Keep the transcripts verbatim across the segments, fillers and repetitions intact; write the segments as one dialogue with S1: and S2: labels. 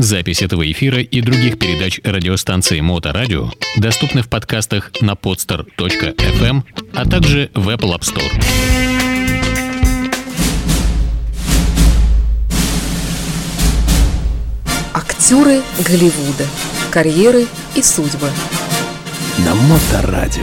S1: Запись этого эфира и других передач радиостанции Моторадио доступны в подкастах на podster точка эф эм, а также в Apple App Store.
S2: Актеры Голливуда. Карьеры и судьбы.
S3: На Моторадио.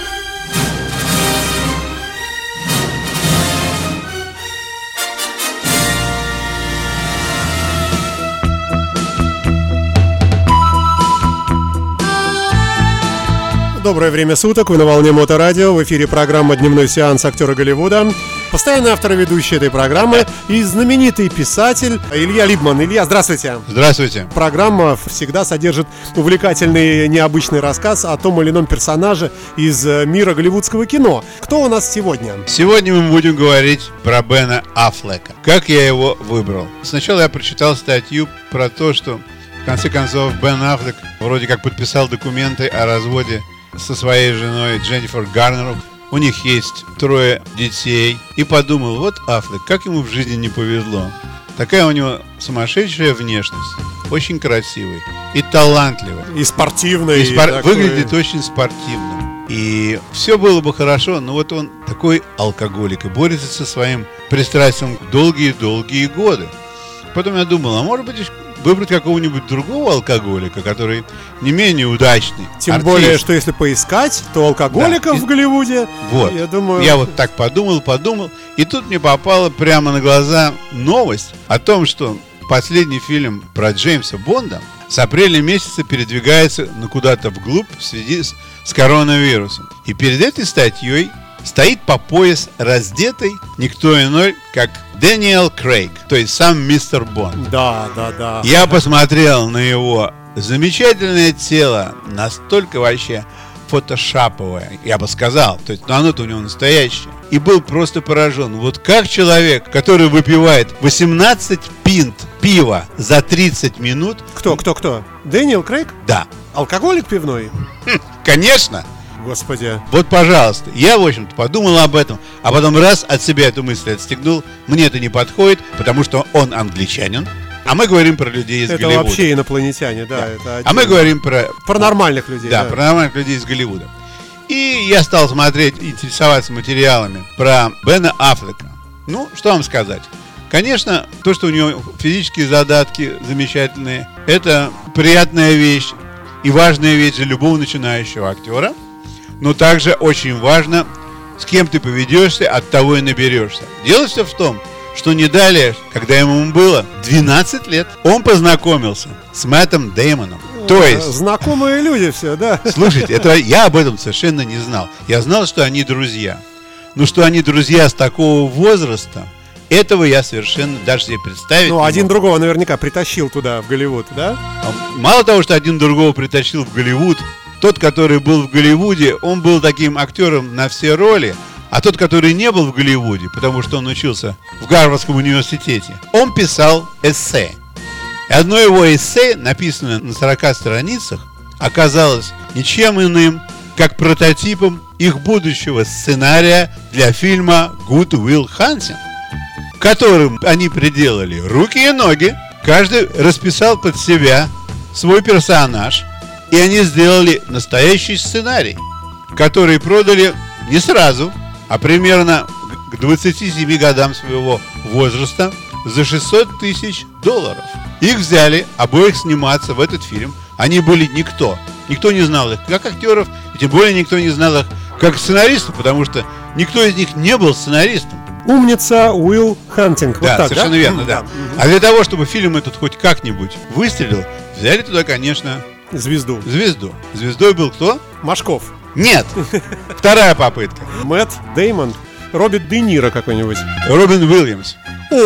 S4: Доброе время суток, вы на волне Моторадио, в эфире программа «Дневной сеанс. Актеры Голливуда». Постоянный автор и ведущий этой программы и знаменитый писатель Илья Либман. Илья, здравствуйте.
S5: Здравствуйте.
S4: Программа всегда содержит увлекательный, необычный рассказ о том или ином персонаже из мира голливудского кино. Кто у нас сегодня?
S5: Сегодня мы будем говорить про Бена Аффлека. Как я его выбрал? Сначала я прочитал статью про то, что в конце концов Бен Аффлек вроде как подписал документы о разводе со своей женой Дженнифер Гарнер. У них есть трое детей. И подумал, вот Аффлек, как ему в жизни не повезло. Такая у него сумасшедшая внешность. Очень красивый и талантливый.
S4: И спортивный.
S5: И спор...
S4: и такой...
S5: Выглядит очень спортивным. И все было бы хорошо, но вот он такой алкоголик и борется со своим пристрастием долгие-долгие годы. Потом я думал, а может быть выбрать какого-нибудь другого алкоголика, который не менее удачный.
S4: Тем
S5: артист.
S4: более, что если поискать, то алкоголиков
S5: да.
S4: в Голливуде,
S5: вот.
S4: я думаю...
S5: Я вот так подумал, подумал, и тут мне попала прямо на глаза новость о том, что последний фильм про Джеймса Бонда с апреля месяца передвигается ну, куда-то вглубь в связи с, с коронавирусом. И перед этой статьей стоит по пояс раздетый никто иной, как Дэниел Крейг, то есть сам мистер Бонд.
S4: Да, да, да.
S5: Я посмотрел на его замечательное тело, настолько вообще фотошаповое, я бы сказал, то есть ну, оно-то у него настоящее. И был просто поражен. Вот как человек, который выпивает восемнадцать пинт пива за тридцать минут.
S4: Кто, кто, кто? Дэниел Крейг?
S5: Да.
S4: Алкоголик пивной?
S5: Хм, конечно.
S4: Господи.
S5: Вот, пожалуйста, я, в общем-то, подумал об этом, а потом раз от себя эту мысль отстегнул. Мне это не подходит, потому что он англичанин, а мы говорим про людей из
S4: это
S5: Голливуда.
S4: Это вообще инопланетяне, да.
S5: да.
S4: Это
S5: а мы говорим про...
S4: Про нормальных людей.
S5: Да,
S4: да,
S5: про нормальных людей из Голливуда. И я стал смотреть, интересоваться материалами про Бена Аффлека. Ну, что вам сказать? Конечно, то, что у него физические задатки замечательные, это приятная вещь и важная вещь для любого начинающего актера. Но также очень важно, с кем ты поведешься, от того и наберешься. Дело все в том, что не далее, когда ему было двенадцать лет, он познакомился с Мэттом Деймоном. То есть...
S4: Знакомые люди все, да?
S5: Слушайте, это, я об этом совершенно не знал. Я знал, что они друзья. Но что они друзья с такого возраста, этого я совершенно даже себе представить
S4: Ну,
S5: не
S4: один
S5: мог.
S4: другого наверняка притащил туда, в Голливуд, да?
S5: Мало того, что один другого притащил в Голливуд, тот, который был в Голливуде, он был таким актером на все роли, а тот, который не был в Голливуде, потому что он учился в Гарвардском университете, он писал эссе. И одно его эссе, написанное на сорока страницах, оказалось ничем иным, как прототипом их будущего сценария для фильма Good Will Hunting, которым они приделали руки и ноги, каждый расписал под себя свой персонаж, и они сделали настоящий сценарий, который продали не сразу, а примерно к двадцати семи годам своего возраста за шестьсот тысяч долларов. Их взяли обоих сниматься в этот фильм. Они были никто. Никто не знал их как актеров, и тем более никто не знал их как сценаристов, потому что никто из них не был сценаристом.
S4: Умница Уилл Хантинг.
S5: Да,
S4: вот так,
S5: совершенно
S4: да?
S5: верно, да. А для того, чтобы фильм этот хоть как-нибудь выстрелил, взяли туда, конечно,
S4: Звезду.
S5: Звезду. Звездой был кто?
S4: Машков.
S5: Нет. Вторая попытка.
S4: Мэтт Деймон. Роберт Де Ниро какой-нибудь.
S5: Робин Уильямс.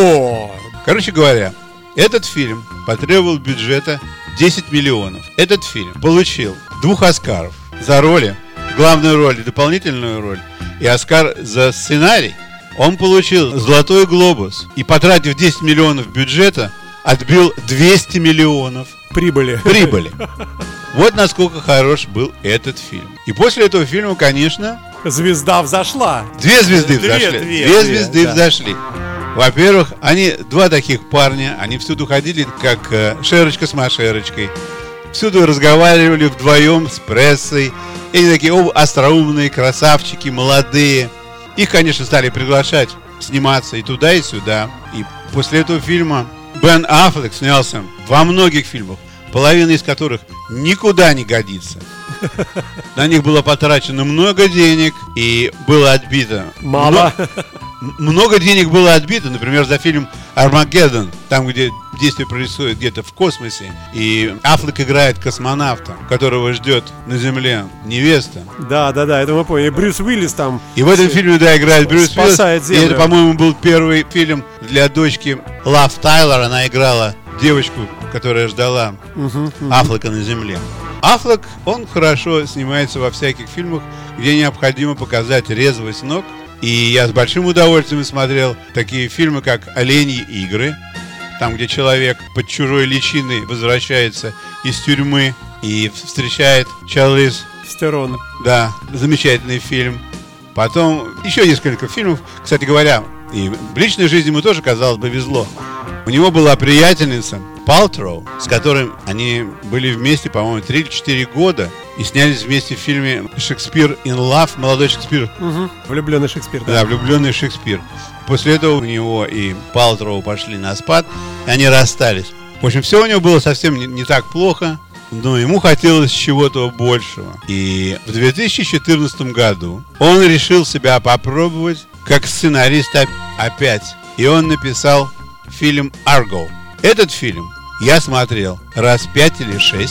S4: О!
S5: Короче говоря, этот фильм потребовал бюджета десять миллионов. Этот фильм получил двух Оскаров за роли, главную роль и дополнительную роль, и Оскар за сценарий. Он получил Золотой глобус и, потратив десять миллионов бюджета, отбил двести миллионов
S4: прибыли.
S5: Прибыли. Вот насколько хорош был этот фильм. И после этого фильма, конечно,
S4: звезда взошла.
S5: Две звезды
S4: Две,
S5: взошли.
S4: две,
S5: Две,
S4: две,
S5: звезды
S4: да.
S5: взошли. Во-первых, они два таких парня, они всюду ходили, как э, Шерочка с Машерочкой. Всюду разговаривали вдвоем с прессой. И они такие о, остроумные красавчики, молодые. Их, конечно, стали приглашать сниматься и туда, и сюда. И после этого фильма Бен Аффлек снялся во многих фильмах, половина из которых никуда не годится. На них было потрачено много денег и было отбито.
S4: Мало.
S5: Много денег было отбито, например, за фильм «Армагеддон», там, где действие происходит где-то в космосе, и Аффлек играет космонавта, которого ждет на Земле невеста.
S4: Да, да, да, это мы поняли. Брюс Уиллис там.
S5: И в этом фильме, да, играет Брюс Уиллис.
S4: Спасает Землю.
S5: И это, по-моему, был первый фильм для дочки Лав Тайлор. Она играла девочку, которая ждала uh-huh, uh-huh. Аффлека на Земле. Аффлек, он хорошо снимается во всяких фильмах, где необходимо показать резвость ног. И я с большим удовольствием смотрел такие фильмы, как «Оленьи игры», там, где человек под чужой личиной возвращается из тюрьмы и встречает Чарлиз
S4: Терон.
S5: Да, замечательный фильм. Потом еще несколько фильмов. Кстати говоря, и в личной жизни ему тоже, казалось бы, везло. У него была приятельница Палтроу, с которой они были вместе, по-моему, три или четыре года и снялись вместе в фильме «Шекспир in Love», «Молодой Шекспир».
S4: Угу. Влюбленный Шекспир.
S5: Да, да, влюбленный Шекспир. После этого у него и Палтроу пошли на спад, и они расстались. В общем, все у него было совсем не, не так плохо, но ему хотелось чего-то большего. И в две тысячи четырнадцатом году он решил себя попробовать как сценарист опять. И он написал фильм «Арго». Этот фильм я смотрел раз пять или шесть.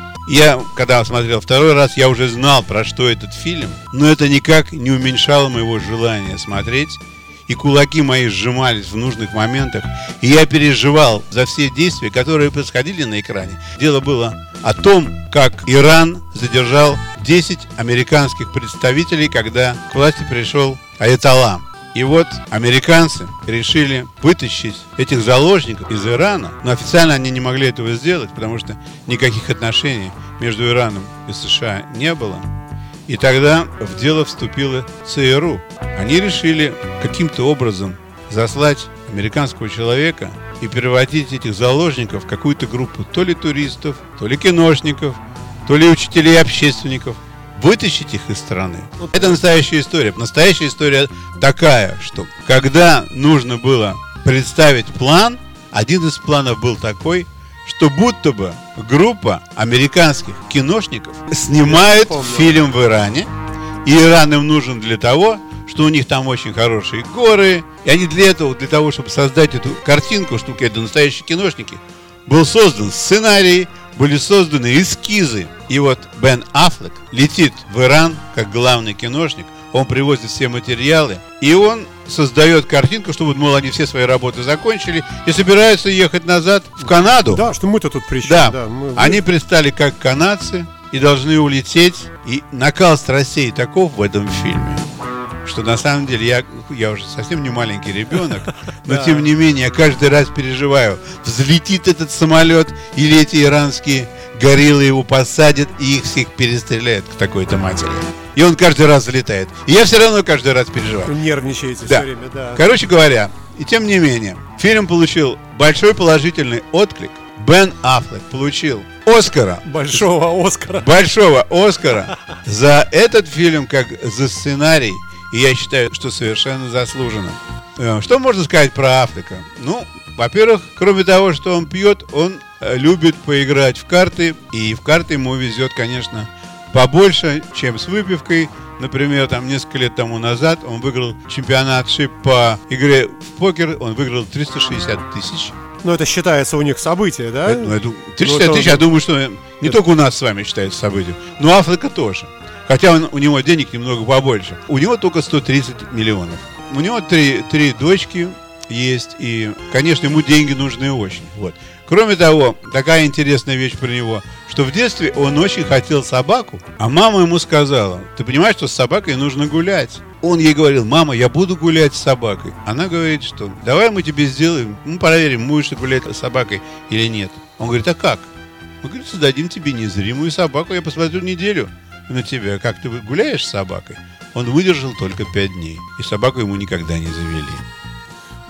S5: Я, когда смотрел второй раз, я уже знал, про что этот фильм, но это никак не уменьшало моего желания смотреть. И кулаки мои сжимались в нужных моментах. И я переживал за все действия, которые происходили на экране. Дело было о том, как Иран задержал десять американских представителей, когда к власти пришел Аятолла. И вот американцы решили вытащить этих заложников из Ирана, но официально они не могли этого сделать, потому что никаких отношений между Ираном и США не было. И тогда в дело вступила ЦРУ. Они решили каким-то образом заслать американского человека и превратить этих заложников в какую-то группу то ли туристов, то ли киношников, то ли учителей и общественников. Вытащить их из страны. Это настоящая история. Настоящая история такая, что когда нужно было представить план, один из планов был такой, что будто бы группа американских киношников снимает фильм в Иране, и Иран им нужен для того, что у них там очень хорошие горы, и они для этого, для того, чтобы создать эту картинку, что это настоящие киношники, был создан сценарий, были созданы эскизы. И вот Бен Аффлек летит в Иран как главный киношник, он привозит все материалы, и он создает картинку, что вот, мол, они все свои работы закончили и собираются ехать назад в Канаду.
S4: Да, что мы-то тут при чем?
S5: Да,
S4: да мы...
S5: они пристали как канадцы и должны улететь. И накал страстей таков в этом фильме, что на самом деле я, я уже совсем не маленький ребенок, но
S4: да.
S5: тем не менее я каждый раз переживаю, взлетит этот самолет или эти иранские гориллы его посадят и их всех перестреляют к такой-то матери. И он каждый раз залетает. И я все равно каждый раз переживаю.
S4: Нервничаете
S5: да.
S4: все время, да.
S5: Короче говоря, и тем не менее, фильм получил большой положительный отклик. Бен Аффлек получил Оскара.
S4: Большого Оскара.
S5: Большого Оскара за этот фильм, как за сценарий. И я считаю, что совершенно заслуженно. Что можно сказать про Аффлека? Ну, во-первых, кроме того, что он пьет, он любит поиграть в карты. И в карты ему везет, конечно, побольше, чем с выпивкой. Например, там несколько лет тому назад он выиграл чемпионат ШИП по игре в покер. Он выиграл триста шестьдесят тысяч.
S4: Ну, это считается у них событие, да?
S5: Это, ну, это триста шестьдесят тысяч, я думаю, что не это... только у нас с вами считается событием, но Аффлека тоже. Хотя он, у него денег немного побольше. У него только сто тридцать миллионов. У него три, три дочки есть, и, конечно, ему деньги нужны очень. Вот. Кроме того, такая интересная вещь про него, что в детстве он очень хотел собаку, а мама ему сказала: ты понимаешь, что с собакой нужно гулять? Он ей говорил: мама, я буду гулять с собакой. Она говорит, что давай мы тебе сделаем, мы проверим, будешь ты гулять с собакой или нет. Он говорит: а как? Мы, говорит, создадим тебе незримую собаку, я посмотрю неделю на тебя, как ты гуляешь с собакой. Он выдержал только пять дней, и собаку ему никогда не завели.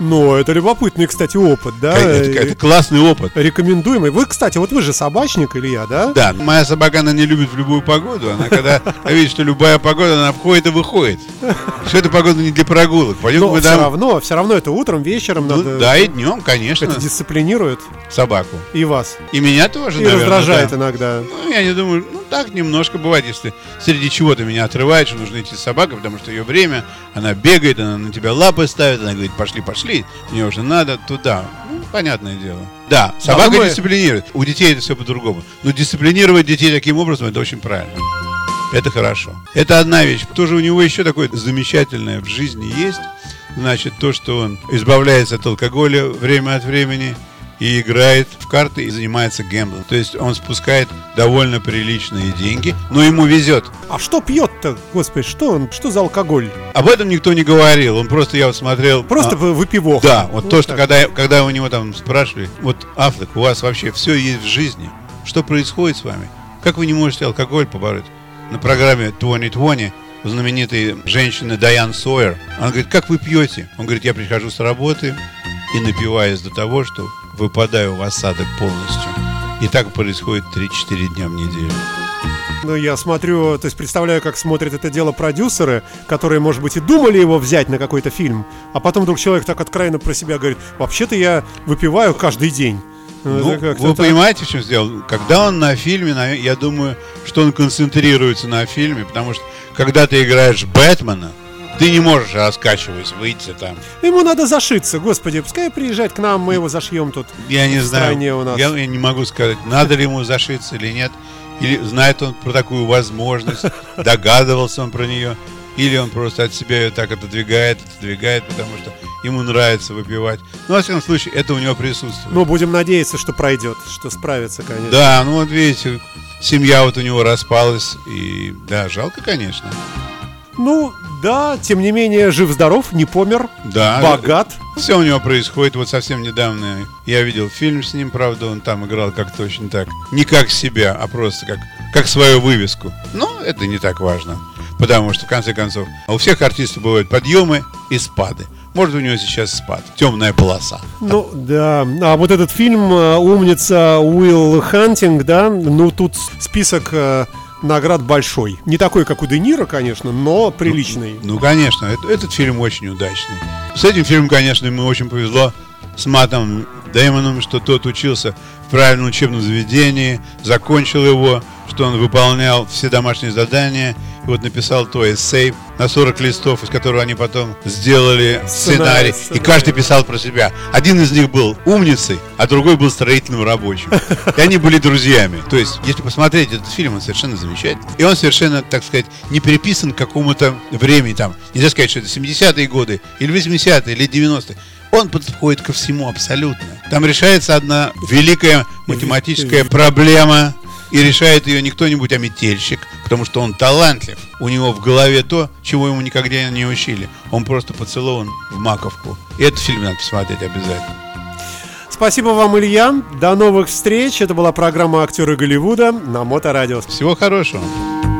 S4: Ну, это любопытный, кстати, опыт, да?
S5: Это, это классный опыт.
S4: Рекомендуемый. Вы, кстати, вот вы же собачник, Илья, да?
S5: Да, моя собака, она не любит в любую погоду. Она когда видит, что любая погода, она входит и выходит. Что эта погода не для прогулок. Пойдем
S4: Но
S5: мы
S4: все
S5: там...
S4: равно, все равно это утром, вечером
S5: Ну,
S4: надо...
S5: да, и днем, конечно.
S4: Это дисциплинирует
S5: Собаку.
S4: и вас.
S5: И меня тоже,
S4: И
S5: наверное,
S4: раздражает
S5: да.
S4: иногда.
S5: Ну, я не думаю, ну так немножко бывает, если среди чего-то меня отрывает, что нужно идти с собакой, потому что ее время, она бегает, она на тебя лапы ставит, она говорит, пошли, пошли, мне уже надо туда. Ну, понятное дело. Да, собака
S4: мы-
S5: дисциплинирует. У детей это все по-другому. Но дисциплинировать детей таким образом, это очень правильно. Это хорошо. Это одна вещь. Тоже у него еще такое замечательное в жизни есть. Значит, то, что он избавляется от алкоголя время от времени и играет в карты и занимается гэмблом. То есть он спускает довольно приличные деньги, но ему везет.
S4: А что пьет-то, господи, что он, что за алкоголь?
S5: Об этом никто не говорил. Он просто, я вот смотрел...
S4: Просто
S5: а,
S4: выпивох.
S5: Да, вот,
S4: Вот
S5: то, что
S4: так.
S5: когда, когда у него там спрашивали, вот, Аффлек, у вас вообще все есть в жизни. Что происходит с вами? Как вы не можете алкоголь побороть? На программе двадцать двадцать у знаменитой женщины Дайан Сойер. Она говорит, как вы пьете? Он говорит, я прихожу с работы и напиваюсь до того, что выпадаю в осадок полностью. И так происходит три-четыре дня в неделю.
S4: Ну, я смотрю, то есть представляю, как смотрят это дело продюсеры, которые, может быть, и думали его взять на какой-то фильм, а потом вдруг человек так откровенно про себя говорит, вообще-то я выпиваю каждый день.
S5: Ну,
S4: Это как-то
S5: вы
S4: так.
S5: понимаете, в чем сделал? Когда он на фильме, на- я думаю, что он концентрируется на фильме, потому что когда ты играешь Бэтмена, ты не можешь, раскачиваясь, выйти там.
S4: Ему надо зашиться, господи, пускай приезжает к нам, мы его зашьем тут.
S5: Я не
S4: в
S5: знаю,
S4: стране у нас.
S5: Я, я не могу сказать, надо ли ему зашиться или нет. Или знает он про такую возможность, догадывался он про нее, или он просто от себя ее так отодвигает, отодвигает, потому что ему нравится выпивать. Ну, во всяком случае, это у него присутствует.
S4: Ну, будем надеяться, что пройдет, что справится, конечно.
S5: Да, ну вот видите, семья вот у него распалась, и да, жалко, конечно.
S4: Ну, да, тем не менее, жив-здоров, не помер,
S5: Да.
S4: богат.
S5: Все у него происходит. Вот совсем недавно я видел фильм с ним, правда, он там играл как-то очень так, не как себя, а просто как, как свою вывеску. Но это не так важно, потому что, в конце концов, у всех артистов бывают подъемы и спады. Может, у него сейчас спад, темная полоса.
S4: Ну, да. А вот этот фильм э, «Умница» Уилл Хантинг, да, ну, тут список э, наград большой. Не такой, как у Де Ниро, конечно, но приличный.
S5: Ну, конечно, это- этот фильм очень удачный. С этим фильмом, конечно, ему очень повезло с Мэттом Дэймоном, что тот учился в правильном учебном заведении, закончил его, что он выполнял все домашние задания, и вот написал то эссей на сорок листов, из которого они потом сделали
S4: Сценарий,
S5: сценарий,
S4: сценарий.
S5: и каждый писал про себя. Один из них был умницей, а другой был строительным рабочим. И они были друзьями. То есть, если посмотреть этот фильм, он совершенно замечательный. И он совершенно, так сказать, не приписан к какому-то времени. Там, нельзя сказать, что это семидесятые годы, или восьмидесятые, или девяностые. Он подходит ко всему абсолютно. Там решается одна великая математическая проблема, и решает ее не кто-нибудь, а метельщик, потому что он талантлив. У него в голове то, чего ему никогда не учили. Он просто поцелован в маковку. И этот фильм надо посмотреть обязательно.
S4: Спасибо вам, Илья. До новых встреч. Это была программа «Актеры Голливуда» на Моторадио.
S5: Всего хорошего.